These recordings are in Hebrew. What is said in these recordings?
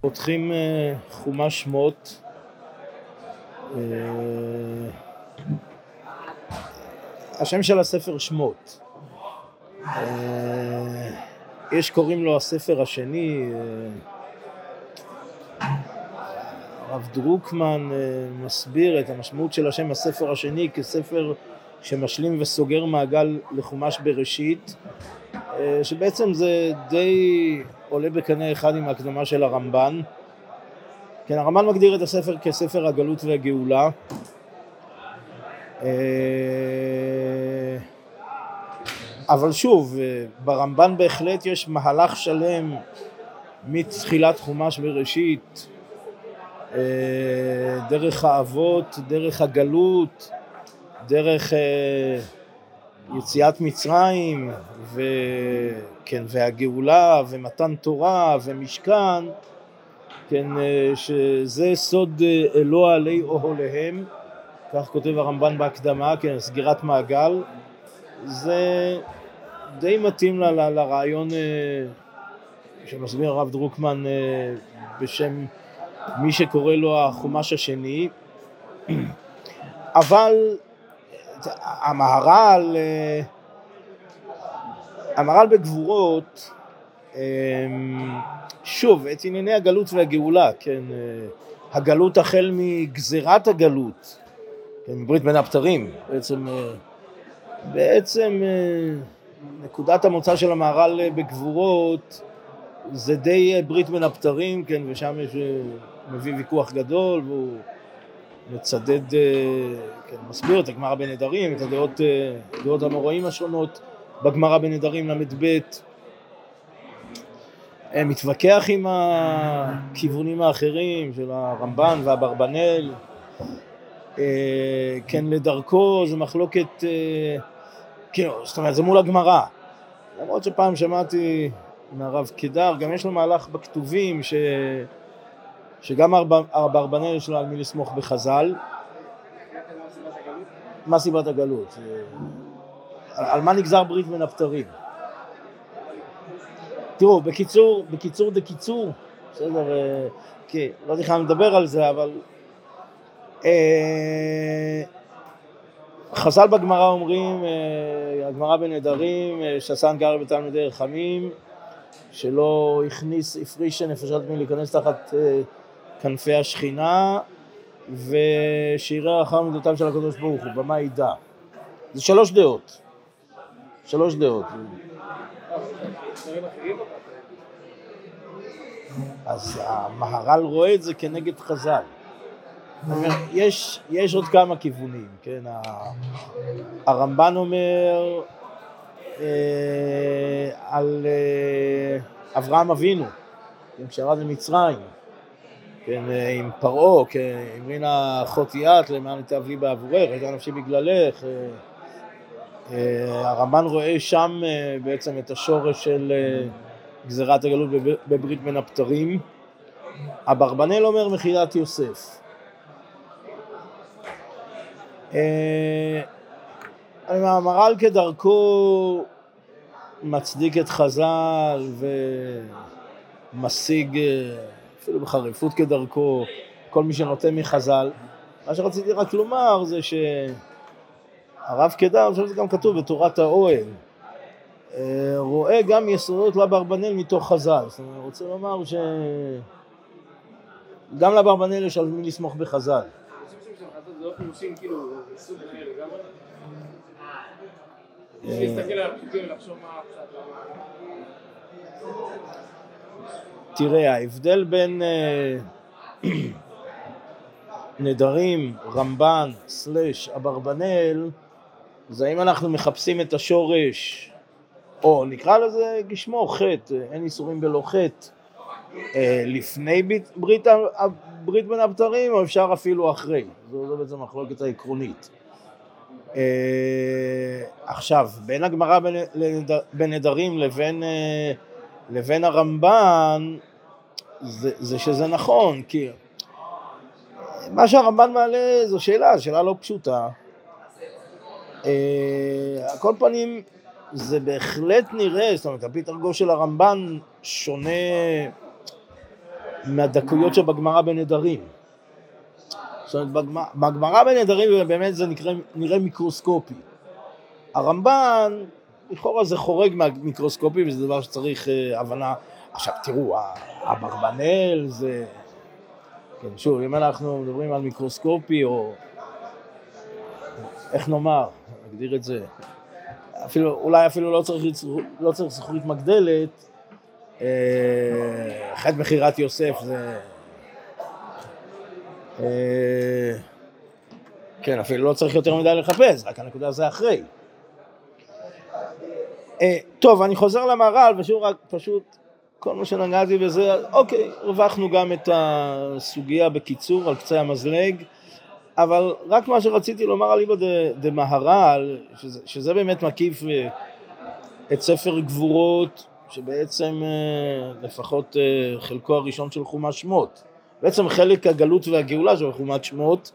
פותחים חומש שמות. השם של הספר שמות. יש קוראים לו הספר השני. הרב דרוקמן מסביר את המשמעות של השם הספר השני כספר שמשלים וסוגר מעגל לחומש בראשית, שבעצם זה די עולה בקנה אחד עם ההקדמה של הרמב"ן. כן, הרמב"ן מגדיר את הספר כספר הגלות והגאולה. אבל שוב, ברמב"ן בהחלט יש מהלך שלם מתחילת חומש בראשית, דרך האבות, דרך הגלות, דרך יציאת מצרים וכן, והגאולה ומתן תורה ומשכן, כן, שזה סוד אלוה עלי אוהליהם, כך כותב הרמב"ן בהקדמה, כן, סגירת מעגל. זה די מתאים לרעיון שמסביר הרב דרוקמן בשם מי שקורא לו החומש השני. אבל המהר"ל בגבורות, שוב, את ענייני הגלות והגאולה, כן, הגלות החל מגזירת הגלות, כן, ברית בין הבתרים, בעצם נקודת המוצא של המהר"ל בגבורות זה די ברית בין הבתרים, כן, ושם יש מביא ויכוח גדול, והוא מצדד, כן, מסביר את הגמרא בנדרים, את הדעות המוראים השונות בגמרא בנדרים למד ב', מתווכח עם הכיוונים האחרים של הרמב"ן והאברבנאל. כן, לדרכו זה מחלוקת, כן, זאת אומרת, זה מול הגמרא. למרות שפעם שמעתי מהרב קדר, גם יש לו מהלך בכתובים שגם האברבנאל יש לו על מי לסמוך בחז"ל. מה סיבת הגלות? על מה נגזר ברית בין הבתרים? תראו, בקיצור דקיצור, בסדר, כן, לא יודע איך אני מדבר על זה, אבל חז"ל בגמרא אומרים, הגמרא בנדרים, ששן גר בתלמידי חכמים, שלא הפריש נפשות מלהיכנס תחת כנפי השכינה, ושיראה אחר מידותיו של הקדוש ברוך הוא, במה ידע. זה שלוש דעות. אז המהר"ל רואה את זה כנגד חז"ל. יש עוד כמה כיוונים, כן? הרמב"ן אומר על אברהם אבינו, כשירד למצרים, כן, עם פרעה, כן, אמרינה חוטיית למען תאבלי בעבורך, הייתה נפשי בגללך. הרמב"ן רואה שם בעצם את השורש של גזירת הגלות בברית בין הבתרים. אברבנאל אומר מחילת יוסף. המהר"ל כדרכו מצדיק את חז"ל ומשיג אפילו בחריפות כדרכו כל מי שנוטה מחז"ל. מה שרציתי רק לומר זה שהרב קדר, אני חושב שזה גם כתוב בתורת האוהל, רואה גם יסודות לאברבנאל מתוך חז"ל. זאת אומרת, אני רוצה לומר שגם לאברבנאל יש על מי לסמוך בחז"ל. זה לא פירושים כאילו סוג אחר לגמרי? יש להסתכל על הפסוקים ולחשוב מה קצת. תראה, ההבדל בין נדרים, רמב"ן, אברבנאל, זה אם אנחנו מחפשים את השורש, או נקרא לזה כשמו חטא, אין איסורים בלא חטא, לפני ברית בין הבתרים, או אפשר אפילו אחרי. זו בעצם מחלוקת העקרונית. עכשיו, בין הגמרא בנדרים לבין הרמב"ן, זה שזה נכון, כי מה שהרמב"ן מעלה זו שאלה לא פשוטה. על כל פנים, זה בהחלט נראה, זאת אומרת, הפתרגו של הרמב"ן שונה מהדקויות שבגמרא בנדרים. זאת אומרת, בגמרא בנדרים באמת זה נראה מיקרוסקופי. הרמב"ן, לכאורה זה חורג מהמיקרוסקופי, וזה דבר שצריך הבנה. עכשיו תראו, אברבנאל זה... כן, שוב, אם אנחנו מדברים על מיקרוסקופי, או איך נאמר, נגדיר את זה, אולי אפילו לא צריך זכורית מגדלת, חטא מכירת יוסף זה... כן, אפילו לא צריך יותר מדי לחפש, רק הנקודה זה אחרי. טוב, אני חוזר למהר"ל, ושוב רק פשוט כל מה שנגעתי בזה, אוקיי, הרווחנו גם את הסוגיה בקיצור על קצה המזלג, אבל רק מה שרציתי לומר על איבא דמהר"ל, שזה באמת מקיף את ספר גבורות, שבעצם לפחות חלקו הראשון של חומש שמות, בעצם חלק הגלות והגאולה של חומש שמות,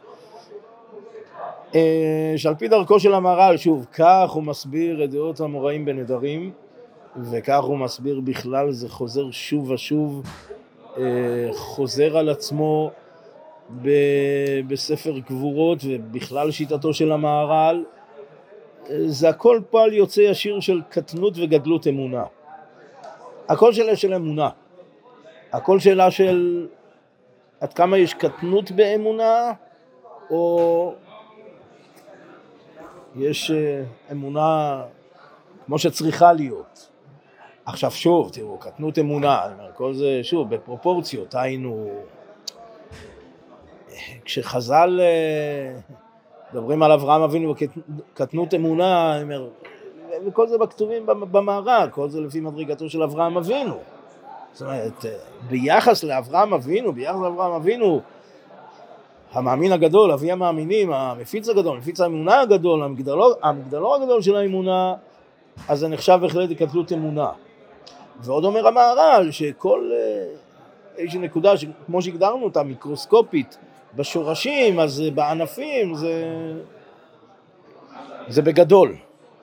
שעל פי דרכו של המהר"ל, שוב, כך הוא מסביר את דעות המוראים בנדרים, וכך הוא מסביר בכלל, זה חוזר שוב ושוב, חוזר על עצמו בספר גבורות, ובכלל שיטתו של המהר"ל, זה הכל פועל יוצא ישיר של קטנות וגדלות אמונה. הכל שאלה של אמונה. הכל שאלה של עד כמה יש קטנות באמונה, או יש אמונה כמו שצריכה להיות. עכשיו שוב, תראו, קטנות אמונה, כל זה שוב בפרופורציות, היינו, כשחז"ל מדברים על אברהם אבינו וקטנות אמונה, וכל זה בכתובים במהר"ל, כל זה לפי מדרגתו של אברהם אבינו. זאת אומרת, ביחס לאברהם אבינו, המאמין הגדול, אבי המאמינים, המפיץ הגדול, מפיץ האמונה הגדול, המגדלור הגדול של האמונה, אז זה נחשב בהחלט לקטנות אמונה. ועוד אומר המהר"ל שכל איזושהי נקודה, כמו שהגדרנו אותה, מיקרוסקופית, בשורשים, אז בענפים, זה בגדול.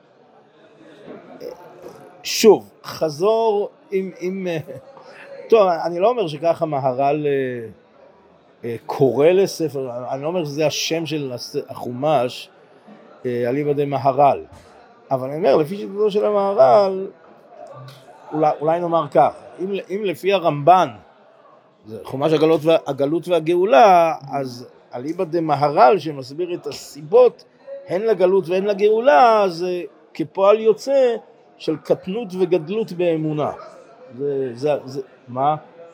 שוב, חזור עם טוב, אני לא אומר שככה מהר"ל קורא לספר, אני לא אומר שזה השם של החומש, אליבא דמהר"ל, אבל אני אומר, לפי שיטתו של המהר"ל, אולי נאמר כך, אם לפי הרמב"ן, זה חומש הגלות והגאולה, אז אליבא דמהר"ל שמסביר את הסיבות, הן לגלות והן לגאולה, זה כפועל יוצא של קטנות וגדלות באמונה. זה מה?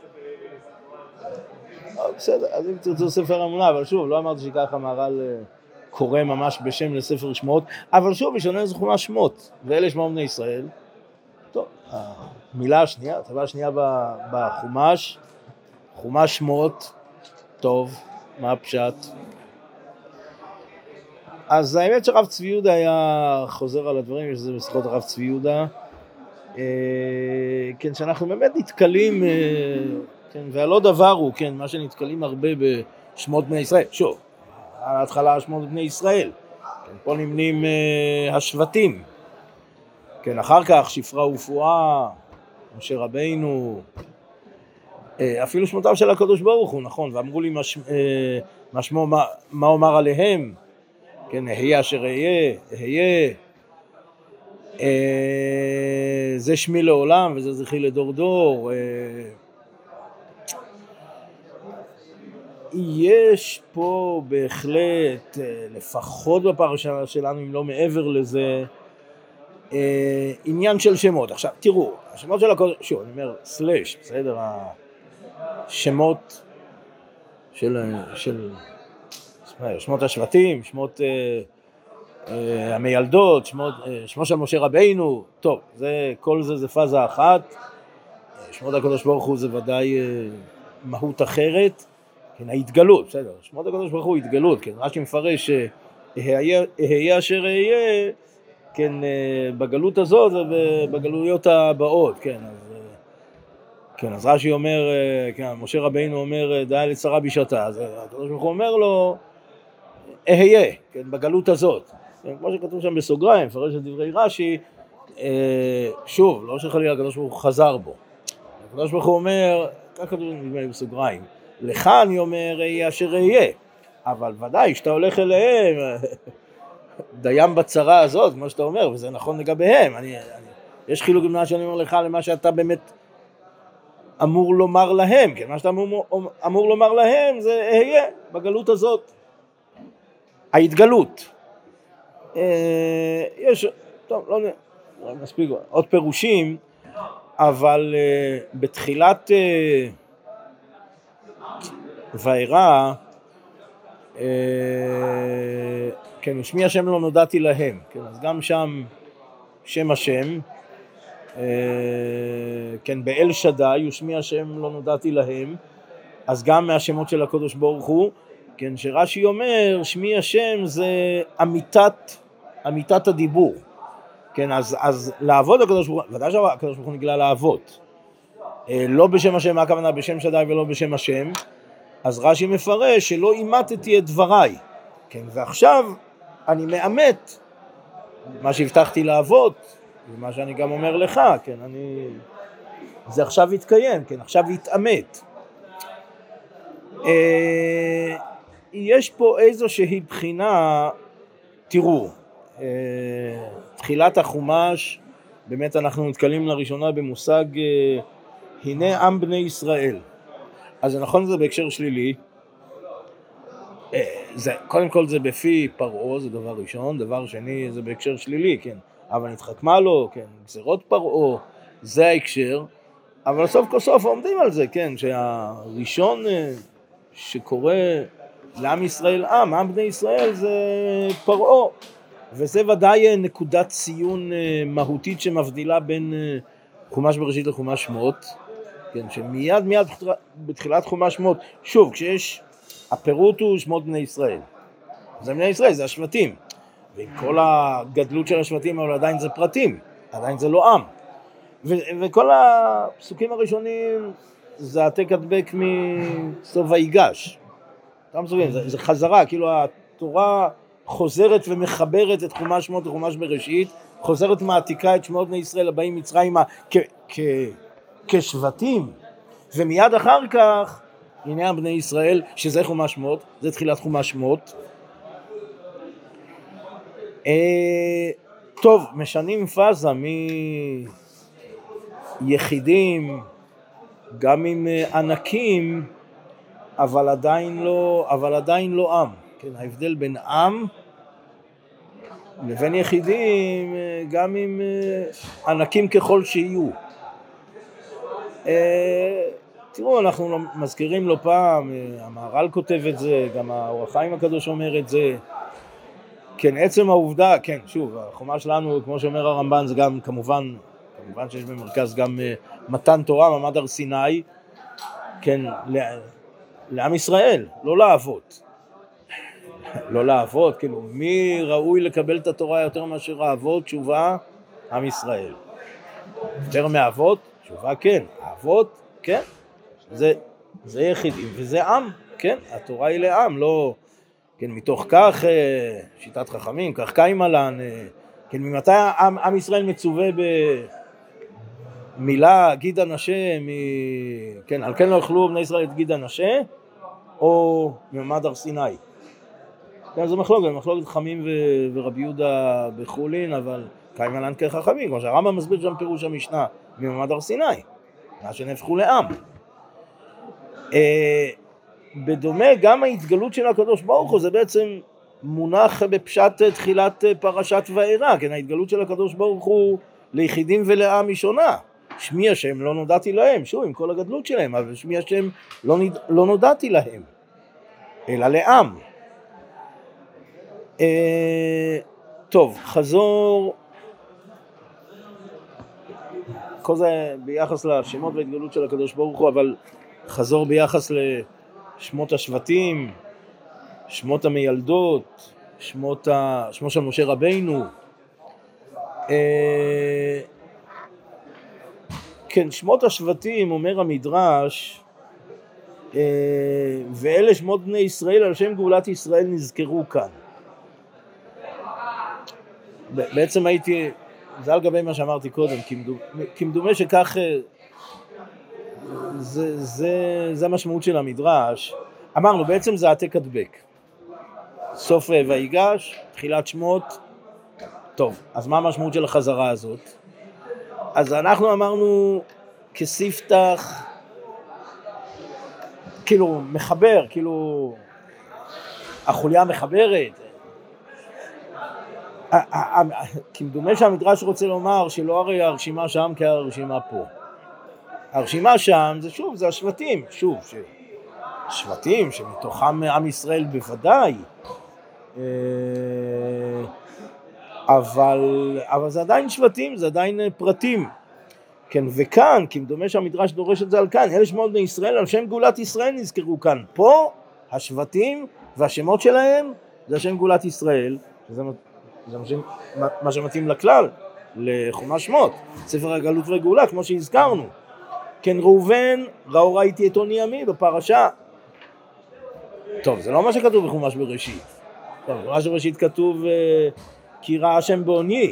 בסדר, אז אם תרצו ספר אמונה, אבל שוב, לא אמרתי שככה מהר"ל קורא ממש בשם לספר שמות, אבל שוב, ישנה זה חומש שמות, ואלה שמות בני ישראל. טוב, המילה השנייה, התיבה השנייה בחומש, חומש שמות, טוב, מה הפשט? אז האמת שרב צבי יהודה היה חוזר על הדברים, יש זה בשיחות הרב צבי יהודה, כן, שאנחנו באמת נתקלים, כן, והלא דבר הוא, כן, מה שנתקלים הרבה בשמות בני ישראל, שוב, ההתחלה שמות בני ישראל, כן, פה נמנים השבטים, כן, אחר כך שפרה ופועה, משה רבינו, אפילו שמותיו של הקדוש ברוך הוא, נכון, ואמרו לי מה אומר עליהם, כן, אהיה אשר אהיה, זה שמי לעולם וזה זכי לדור דור. יש פה בהחלט, לפחות בפרשה שלנו, אם לא מעבר לזה, עניין של שמות. עכשיו, תראו, השמות של הקודש, שוב, אני אומר, סלש, בסדר, השמות של שמות השבטים, שמות המילדות, שמו של משה רבינו, טוב, כל זה פאזה אחת, שמות הקדוש ברוך הוא זה ודאי מהות אחרת, כן, ההתגלות, בסדר, שמות הקדוש ברוך הוא התגלות, כן, רש"י מפרש אהיה אשר אהיה, כן, בגלות הזאת ובגלויות הבאות, כן, אז רש"י אומר, כן, משה רבינו אומר, די לצרה בשעתה, אז הקדוש ברוך הוא אומר לו, אהיה, כן, בגלות הזאת. כמו שכתוב שם בסוגריים, מפרש את דברי רש"י, שוב, לא שחלילה הקדוש ברוך הוא חזר בו. הקדוש ברוך הוא אומר, כך כתוב נדמה לי בסוגריים, לך אני אומר יהיה אשר יהיה, אבל ודאי שאתה הולך אליהם, דיים בצרה הזאת, כמו שאתה אומר, וזה נכון לגביהם, יש חילוק במה שאני אומר לך למה שאתה באמת אמור לומר להם, כן, מה שאתה אמור לומר להם זה יהיה בגלות הזאת, ההתגלות. יש, טוב, לא מספיק, עוד פירושים, אבל בתחילת וארא, כן, ושמי השם לא נודעתי להם, כן, אז גם שם שם השם, כן, באל שדי, ושמי השם לא נודעתי להם, אז גם מהשמות של הקדוש ברוך הוא, כן, שרש"י אומר, שמי השם זה אמיתת הדיבור, כן, אז לעבוד הקדוש ברוך הוא, ודאי שהקדוש ברוך הוא נגלה לעבוד, לא בשם השם, מה הכוונה בשם שדי ולא בשם השם, אז רש"י מפרש שלא אימתתי את דבריי, כן, ועכשיו אני מאמת מה שהבטחתי לעבוד, ומה שאני גם אומר לך, כן, זה עכשיו יתקיים, כן, עכשיו יתאמת. יש פה איזושהי בחינה, תראו, תחילת החומש, באמת אנחנו נתקלים לראשונה במושג, הנה עם בני ישראל. אז זה נכון, זה בהקשר שלילי, קודם כל זה בפי פרעה, זה דבר ראשון, דבר שני זה בהקשר שלילי, כן, אבל נתחכמה לו, כן, גזירות פרעה, זה ההקשר, אבל סוף כל סוף עומדים על זה, כן, שהראשון שקורא לעם ישראל עם בני ישראל זה פרעה, וזה ודאי נקודת ציון מהותית שמבדילה בין חומש בראשית לחומש שמות, כן, שמיד בתחילת חומש שמות, שוב, כשיש, הפירוט הוא שמות בני ישראל, זה בני ישראל, זה השבטים, ועם כל הגדלות של השבטים, אבל עדיין זה פרטים, עדיין זה לא עם, וכל הפסוקים הראשונים זה העתק הדבק מסוף ויגש, זה חזרה, כאילו התורה חוזרת ומחברת את חומש שמות לחומש בראשית, חוזרת מעתיקה את שמות בני ישראל הבאים מצרימה כשבטים, ומיד אחר כך הנה בני ישראל, שזה חומש שמות, זה תחילת חומש שמות. טוב, משנים פאזה מיחידים, גם עם ענקים, אבל עדיין לא עם. כן, ההבדל בין עם לבין יחידים, גם עם ענקים ככל שיהיו. תראו, אנחנו מזכירים לא פעם, המהר"ל כותב את זה, גם האור החיים הקדוש אומר את זה, כן, עצם העובדה, כן, שוב, החומה שלנו, כמו שאומר הרמב"ן, זה גם כמובן שיש במרכז גם מתן תורה, מעמד הר סיני, כן, לעם ישראל, לא לעבוד, כאילו, מי ראוי לקבל את התורה יותר מאשר העבוד? תשובה, עם ישראל. יותר מעבוד? תשובה, כן. העבוד? כן. זה יחידים, וזה עם, כן. התורה היא לעם, לא, כן, מתוך כך, שיטת חכמים, כך קיימלן, כן, ממתי עם ישראל מצווה במילה גיד הנשה, כן, על כן לא יאכלו בני ישראל את גיד הנשה, או ממעמד הר סיני. כן, זה מחלוקת חכמים ורבי יהודה בחולין, אבל קיימלן כחכמים, כמו שהרמב"ם מסביר שם פירוש המשנה, ממעמד הר סיני, מה שנהפכו לעם. בדומה גם ההתגלות של הקדוש ברוך הוא, זה בעצם מונח בפשט תחילת פרשת וארא, כן, ההתגלות של הקדוש ברוך הוא ליחידים ולעם היא שונה. שמי השם לא נודעתי להם, שוב, עם כל הגדלות שלהם, אבל שמי השם לא נודעתי להם, אלא לעם. טוב, חזור, כל זה ביחס לשמות וההתגלות של הקדוש ברוך הוא, אבל חזור ביחס לשמות השבטים, שמות המיילדות, שמו של משה רבינו. כן, שמות השבטים, אומר המדרש, ואלה שמות בני ישראל, על שם גאולת ישראל נזכרו כאן. בעצם זה על גבי מה שאמרתי קודם, כמדומה שכך, זה המשמעות של המדרש. אמרנו, בעצם זה העתק הדבק. סוף ויגש, תחילת שמות. טוב, אז מה המשמעות של החזרה הזאת? אז אנחנו אמרנו כספתח, כאילו מחבר, כאילו החוליה מחברת. כמדומה שהמדרש רוצה לומר שלא הרי הרשימה שם כהרשימה פה. הרשימה שם זה שוב, זה השבטים, שוב, שבטים שמתוכם עם ישראל בוודאי, אבל זה עדיין שבטים, זה עדיין פרטים. כן, וכאן, כמדומה שהמדרש דורש את זה על כאן, אלה שמות בני ישראל, על שם גאולת ישראל נזכרו כאן. פה, השבטים והשמות שלהם, זה השם גאולת ישראל, זה מה שמתאים לכלל, לחומש שמות, ספר הגלות והגאולה, כמו שהזכרנו. כן, ראובן, ראיתי את עוני עמי בפרשה. טוב, זה לא מה שכתוב בחומש בראשית. טוב, בחומש בראשית כתוב, כי ראה השם בעוני.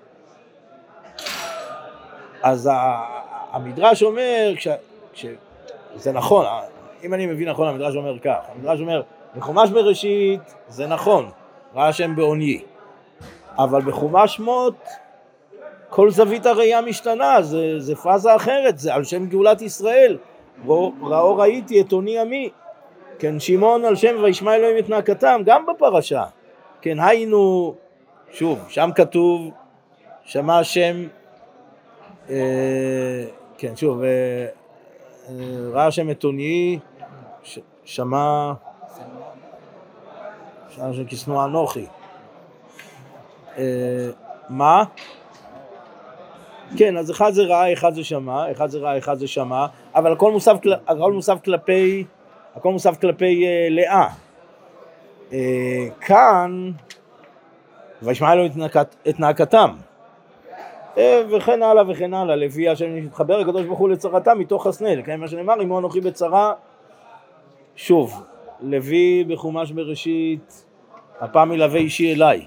אז המדרש אומר, זה נכון, אם אני מבין נכון, המדרש אומר כך, המדרש אומר, בחומש בראשית זה נכון, ראה השם בעוני, אבל בחומש שמות, כל זווית הראייה משתנה, זה פאזה אחרת, זה על שם גאולת ישראל, ראיתי את עוני עמי, כן, שמעון על שם וישמע אלוהים את נאקתם, גם בפרשה, כן, היינו, שוב, שם כתוב, שמע השם, כן, שוב, ראה השם את עוני, שמע שכסנו אנוכי. מה? כן, אז אחד זה ראה, אחד זה שמע, אחד זה ראה, אחד זה שמע, אבל הכל מוסף כלפי לאה. כאן, וישמע אלוהים את נאקתם. וכן הלאה וכן הלאה, לפי השם נתחבר הקדוש ברוך הוא לצרתם מתוך הסנה, לקיים מה שנאמר, עמו אנוכי בצרה. שוב, לוי בחומש בראשית, הפעם ילווה אישי אליי.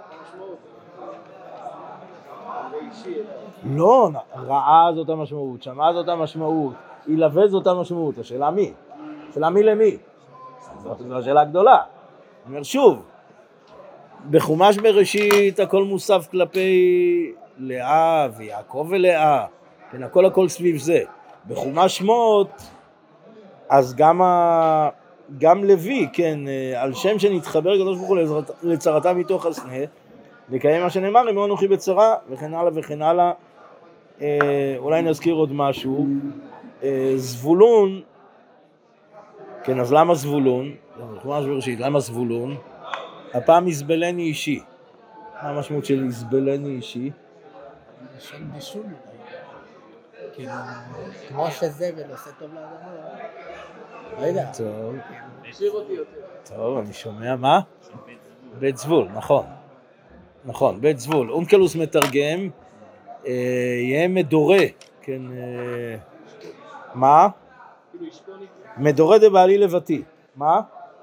לא, ראה זאת המשמעות, שמע זאת המשמעות, ילווה זאת המשמעות, השאלה מי? השאלה מי למי? זו השאלה הגדולה. אני אומר שוב, בחומש בראשית הכל מוסף כלפי לאה ויעקב ולאה, כן, הכל סביב זה. בחומש שמות, אז גם לוי, כן, על שם שנתחבר הקדוש ברוך הוא לצרתה מתוך הסנה, לקיים מה שנאמר, עמו אנוכי בצרה, וכן הלאה וכן הלאה. אולי נזכיר עוד משהו. זבולון, כן, אז למה זבולון? בחומש בראשית, למה זבולון? הפעם יסבלני אישי. מה המשמעות של יסבלני אישי? שם בישול, כאילו, כמו שזבל עושה טוב לאדמה, לא יודע. טוב. תשאיר אותי יותר. טוב, אני שומע מה? בית זבול, נכון. נכון, בית זבול. אונקלוס מתרגם, יהיה מדורה, כן, מה? מדורה דבעלי לבתי. מה?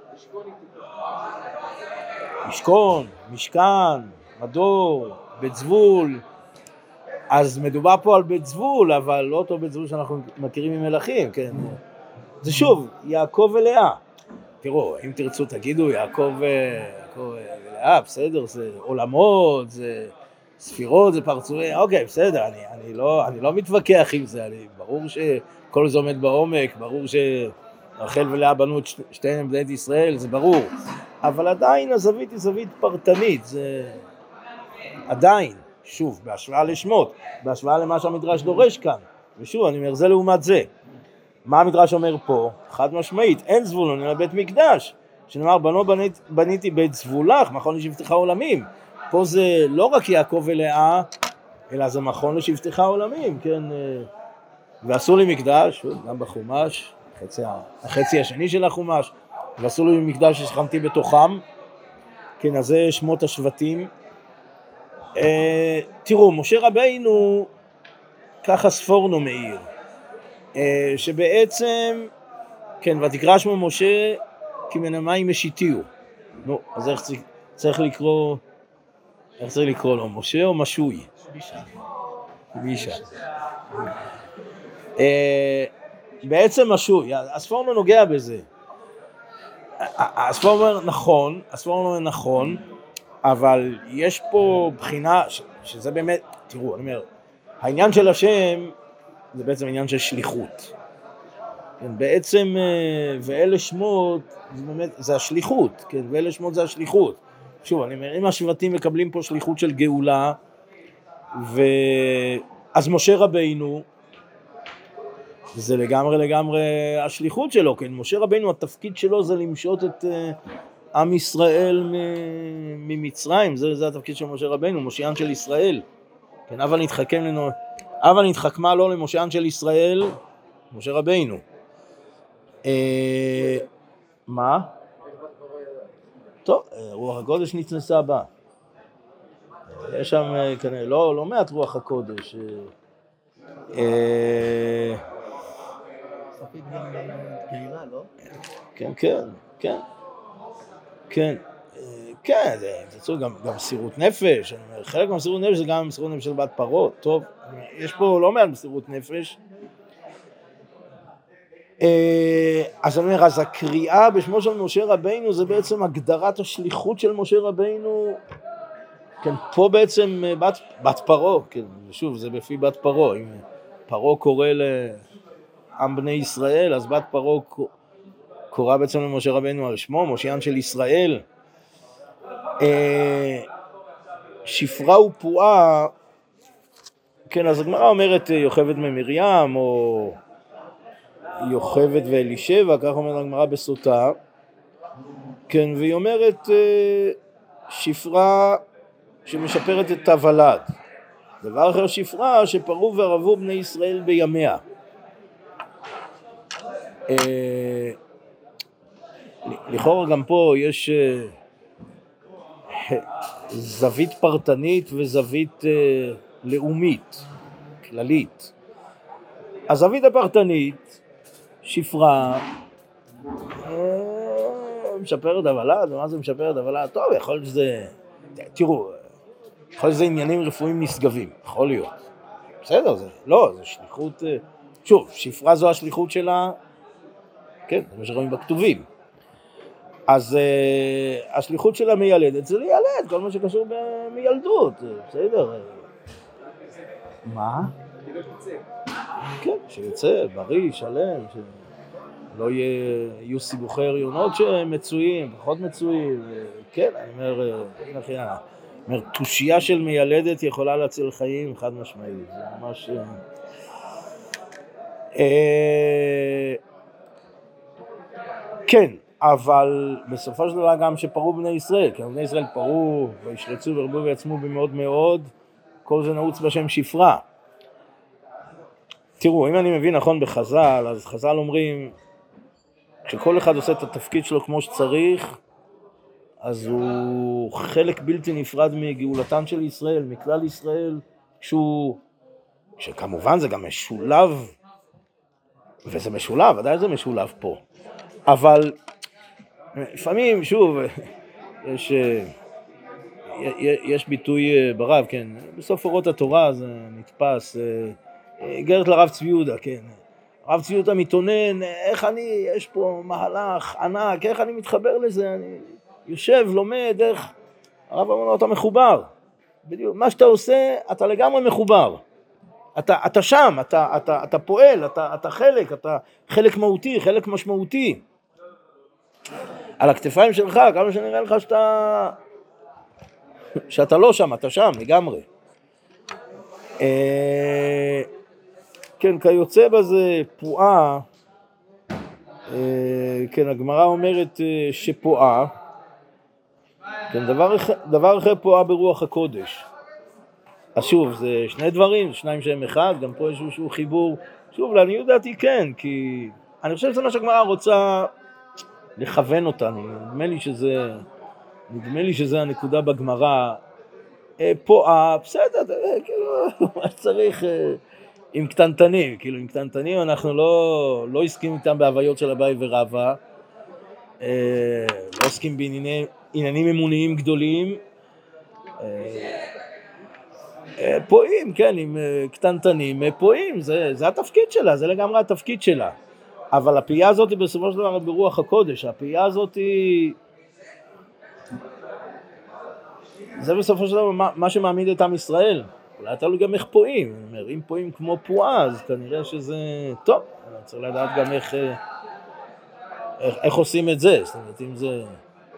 משכון, משכן, מדור, בית זבול. אז מדובר פה על בית זבול, אבל לא אותו בית זבול שאנחנו מכירים ממלכים, כן? זה שוב, יעקב ולאה. תראו, אם תרצו תגידו, יעקב ולאה, בסדר, זה עולמות, זה ספירות, זה פרצופים, אוקיי, בסדר, אני לא מתווכח עם זה, ברור שכל זה עומד בעומק, ברור שרחל ולאה בנו את שתיהן בני ישראל, זה ברור, אבל עדיין הזווית היא זווית פרטנית, זה עדיין, שוב, בהשוואה לשמות, בהשוואה למה שהמדרש דורש כאן, ושוב, אני אומר, זה לעומת זה. מה המדרש אומר פה? חד משמעית, אין זבולון אלא בית מקדש, שנאמר, בניתי בית זבולך, מכון לשבטך עולמים. פה זה לא רק יעקב ולאה, אלא זה מכון לשבטך עולמים, כן? ועשו לי מקדש, גם בחומש, החצי השני של החומש, ועשו לי מקדש ששכנתי בתוכם, כן, אז זה שמות השבטים. תראו, משה רבינו, ככה ספורנו מאיר, שבעצם, כן, ותקרא שמו משה, כי מן המים משיתיהו. נו, אז איך צריך לקרוא לו, משה או משוי? בישה. בעצם משהו, הספורנו נוגע בזה. הספורנו אומר נכון, אבל יש פה בחינה, שזה באמת, תראו, אני אומר, העניין של השם זה בעצם עניין של שליחות. כן, בעצם, ואלה שמות, זה באמת, זה השליחות, כן, ואלה שמות זה השליחות. שוב, אני אומר, אם השבטים מקבלים פה שליחות של גאולה, אז משה רבינו, זה לגמרי השליחות שלו, כן, משה רבינו, התפקיד שלו זה למשות את עם ישראל ממצרים, זה התפקיד של משה רבינו, מושיען של ישראל. כן, אבל נתחכמה לו למושיען של ישראל, משה רבינו. מה? טוב, רוח הקודש נצנסה בה. יש שם כנראה, לא מעט רוח הקודש. סופית גם גאירה, לא? כן, זה צריך גם מסירות נפש. חלק מהמסירות נפש זה גם מסירות נפש של בת פרות. טוב, יש פה לא מעט מסירות נפש. אז אני אומר, אז הקריאה בשמו של משה רבינו זה בעצם הגדרת השליחות של משה רבינו. כן, פה בעצם בת פרו, כן, שוב, זה בפי בת פרו. אם פרו קורא לעם בני ישראל, אז בת פרו קורא בעצם למשה רבינו על שמו, מושיען של ישראל. שפרה ופועה, כן, אז הגמרא אומרת יוכבד ממרים, או יוכבד ואלישבע, כך אומרת הגמרא בסוטה, כן, והיא אומרת שפרה שמשפרת את הוולד. דבר אחר שפרה שפרו ורבו בני ישראל בימיה. לכאורה גם פה יש זווית פרטנית וזווית לאומית, כללית. הזווית הפרטנית, שפרה, משפרת הוולד, מה זה משפרת הוולד? טוב, יכול להיות שזה, תראו, יכול להיות שזה עניינים רפואיים נשגבים, יכול להיות. בסדר, זה שליחות, שוב, שפרה זו השליחות שלה, כן, זה מה שרואים בכתובים. אז השליחות שלה מיילדת, זה לילד, כל מה שקשור מילדות, בסדר. מה? כן, שיוצא, בריא, שלם, שלא יהיו סיבוכי הריונות שמצויים, פחות מצויים, כן, אני אומר, תושייה של מיילדת יכולה להציל חיים חד משמעית, זה ממש... כן, אבל בסופו של דבר גם שפרו בני ישראל, כי בני ישראל פרו וישרצו ורבו ויעצמו במאוד מאוד, כל זה נעוץ בשם שפרה. תראו, אם אני מבין נכון בחז"ל, אז חז"ל אומרים, כשכל אחד עושה את התפקיד שלו כמו שצריך, אז הוא חלק בלתי נפרד מגאולתן של ישראל, מכלל ישראל, שכמובן זה גם משולב, וזה משולב, עדיין זה משולב פה. אבל לפעמים, שוב, יש ביטוי ברב, כן, בסוף אורות התורה זה נתפס, גרת לרב צבי יהודה, כן, הרב צבי יהודה מתאונן, יש פה מהלך ענק, איך אני מתחבר לזה, אני יושב, לומד, איך, הרב אמר לו, אתה מחובר, בדיוק, מה שאתה עושה, אתה לגמרי מחובר, אתה שם, אתה פועל, אתה חלק מהותי, חלק משמעותי, על הכתפיים שלך, כמה שנראה לך שאתה לא שם, אתה שם לגמרי. כן, כיוצא בזה פועה, כן, הגמרא אומרת שפועה, כן, דבר אחר פועה ברוח הקודש. אז שוב, זה שני דברים, שניים שהם אחד, גם פה יש איזשהו חיבור. שוב, לעניות דעתי כן, כי אני חושב שזה מה שהגמרא רוצה לכוון אותנו. נדמה לי שזה הנקודה בגמרא. פועה, בסדר, כאילו, מה שצריך עם קטנטנים, כאילו עם קטנטנים אנחנו לא עוסקים איתם בהוויות של אביי ורבא, לא עוסקים בעניינים אמוניים גדולים, פועים, כן, עם קטנטנים, פועים, זה התפקיד שלה, זה לגמרי התפקיד שלה. אבל הפעייה הזאת היא בסופו של דבר ברוח הקודש, הפעייה הזאת היא... זה בסופו של דבר מה שמעמיד את עם ישראל. אולי תלוי גם איך פועים, אני אומר, אם פועים כמו פועה, אז כנראה שזה טוב, אני צריך לדעת גם איך עושים את זה, זאת אומרת, אם זה...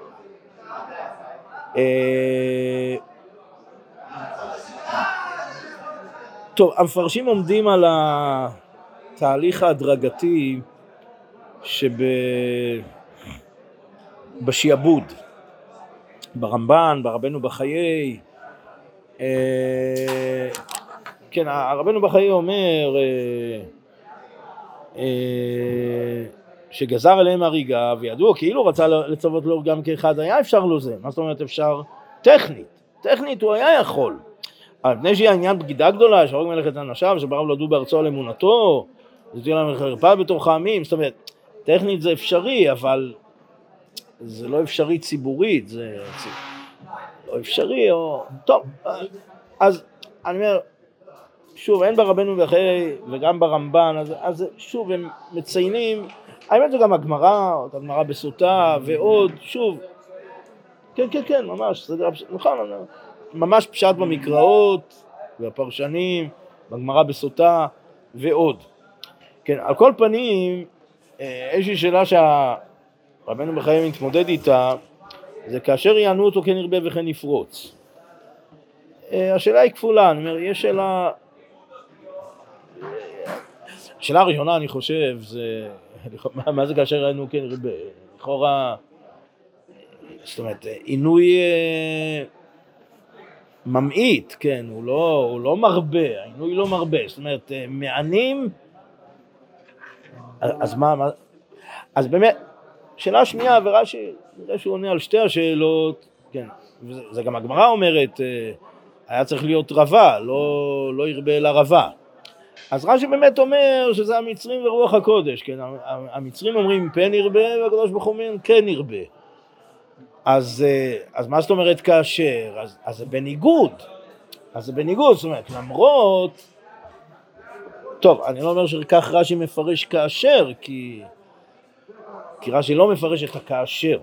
טוב, המפרשים עומדים על התהליך ההדרגתי בשיעבוד, ברמב"ן, ברבנו בחיי. כן, הרבנו בחיי אומר שגזר עליהם הריגה, וידעו כאילו רצה לצוות לו גם כאחד, היה אפשר לו זה. מה זאת אומרת אפשר? טכנית הוא היה יכול. אבל בני שהיא העניין בגידה גדולה, שהורג מלאכת אנשיו, שבראו לדו בארצו על אמונתו, זה תהיה להם חרפה בתוך העמים, זאת אומרת, טכנית זה אפשרי, אבל זה לא אפשרי ציבורית, זה לא אפשרי, או... טוב, אז אני אומר, שוב, אין ברבנו בחיי וגם ברמב"ן, אז שוב, הם מציינים, האמת זה גם הגמרא בסוטה, ועוד, שוב, כן, ממש, נכון, ממש פשט במקראות, והפרשנים, בגמרא בסוטה, ועוד. כן, על כל פנים, איזושהי שאלה שהרבנו בחיי מתמודד איתה, זה כאשר יענו אותו כן ירבה וכן יפרוץ. השאלה היא כפולה, אני אומר, יש שאלה... השאלה הראשונה, אני חושב, זה... מה זה כאשר יענו כן ירבה? לכאורה... זאת אומרת, עינוי ממעיט, כן, הוא לא מרבה, העינוי לא מרבה, זאת אומרת, מענים... אז מה... אז באמת, שאלה שנייה, ורש"י, נראה שהוא עונה על שתי השאלות, כן, וזה גם הגמרא אומרת, היה צריך להיות רבה, לא ירבה אלא רבה. אז רש"י באמת אומר שזה המצרים ורוח הקודש, כן, המצרים אומרים פן ירבה, והקדוש ברוך הוא אומר כן ירבה. אז מה זאת אומרת כאשר? אז זה בניגוד, זאת אומרת, למרות, טוב, אני לא אומר שכך רש"י מפרש כאשר, כי רש"י לא מפרש את הכאשר,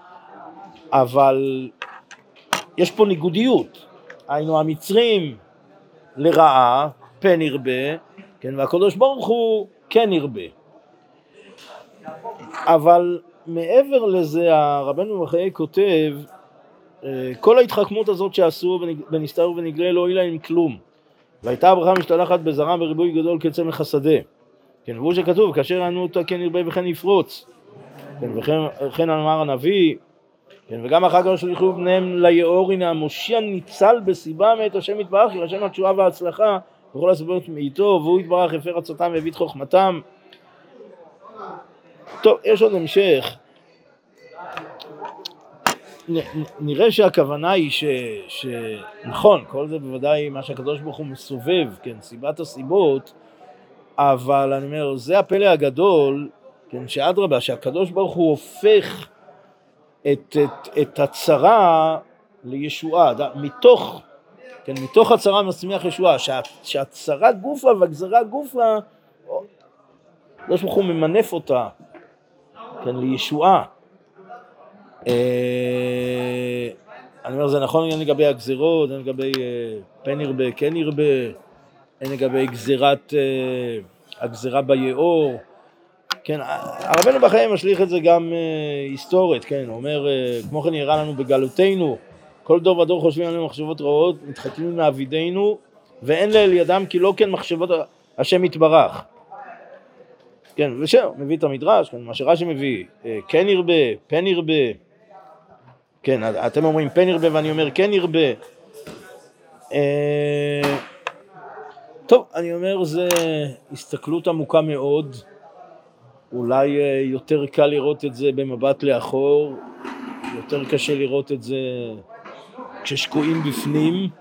אבל יש פה ניגודיות, היינו המצרים לרעה, פן ירבה, כן, והקדוש ברוך הוא כן ירבה. אבל מעבר לזה, הרבנו בחיי כותב, כל ההתחכמות הזאת שעשו בנסתר ונגלה לא הועילה עם כלום, והייתה הברכה משתלחת בזרע בריבוי גדול כצמח השדה. כן, והוא שכתוב, כאשר יענו אותה כן ירבה וכן יפרוץ. כן, וכן אמר הנביא, כן, וגם אחר כך שליחו בניהם ליאור, הנה המושיע ניצל בסיבה מאת השם יתברך, כי השם התשועה וההצלחה בכל הסיבות מאיתו, והוא יתברך הפר עצתם והביא את חוכמתם. טוב, יש עוד המשך. נראה שהכוונה היא נכון, כל זה בוודאי מה שהקדוש ברוך הוא מסובב, כן, סיבת הסיבות, אבל אני אומר, זה הפלא הגדול, כן, שאדרבה, שהקדוש ברוך הוא הופך את הצרה לישועה, מתוך הצרה מצמיח ישועה, שהצרה גופה והגזרה גופה, הקדוש ברוך הוא ממנף אותה, כן, לישועה. אני אומר, זה נכון גם לגבי הגזירות, אין לגבי פן ירבה, כן ירבה, אין לגבי הגזירה ביאור. כן, הרבנו בחיי משליך את זה גם היסטורית, כן, הוא אומר, כמו כן יראה לנו בגלותנו, כל דור ודור חושבים עלינו מחשבות רעות, מתחכמים לעבידינו, ואין לאל ידם כי לא כן מחשבות השם יתברך. כן, ושאר, מביא את המדרש, כן, מה שרש"י מביא, כן ירבה, פן ירבה, כן, אתם אומרים פן ירבה ואני אומר כן ירבה. טוב, אני אומר, זה הסתכלות עמוקה מאוד, אולי יותר קל לראות את זה במבט לאחור, יותר קשה לראות את זה כששקועים בפנים,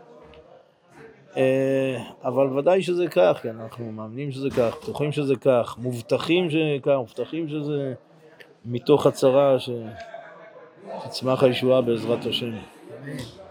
אבל ודאי שזה כך, כן, אנחנו מאמינים שזה כך, בטוחים שזה כך, מובטחים שזה מתוך הצרה שתצמח הישועה בעזרת השם.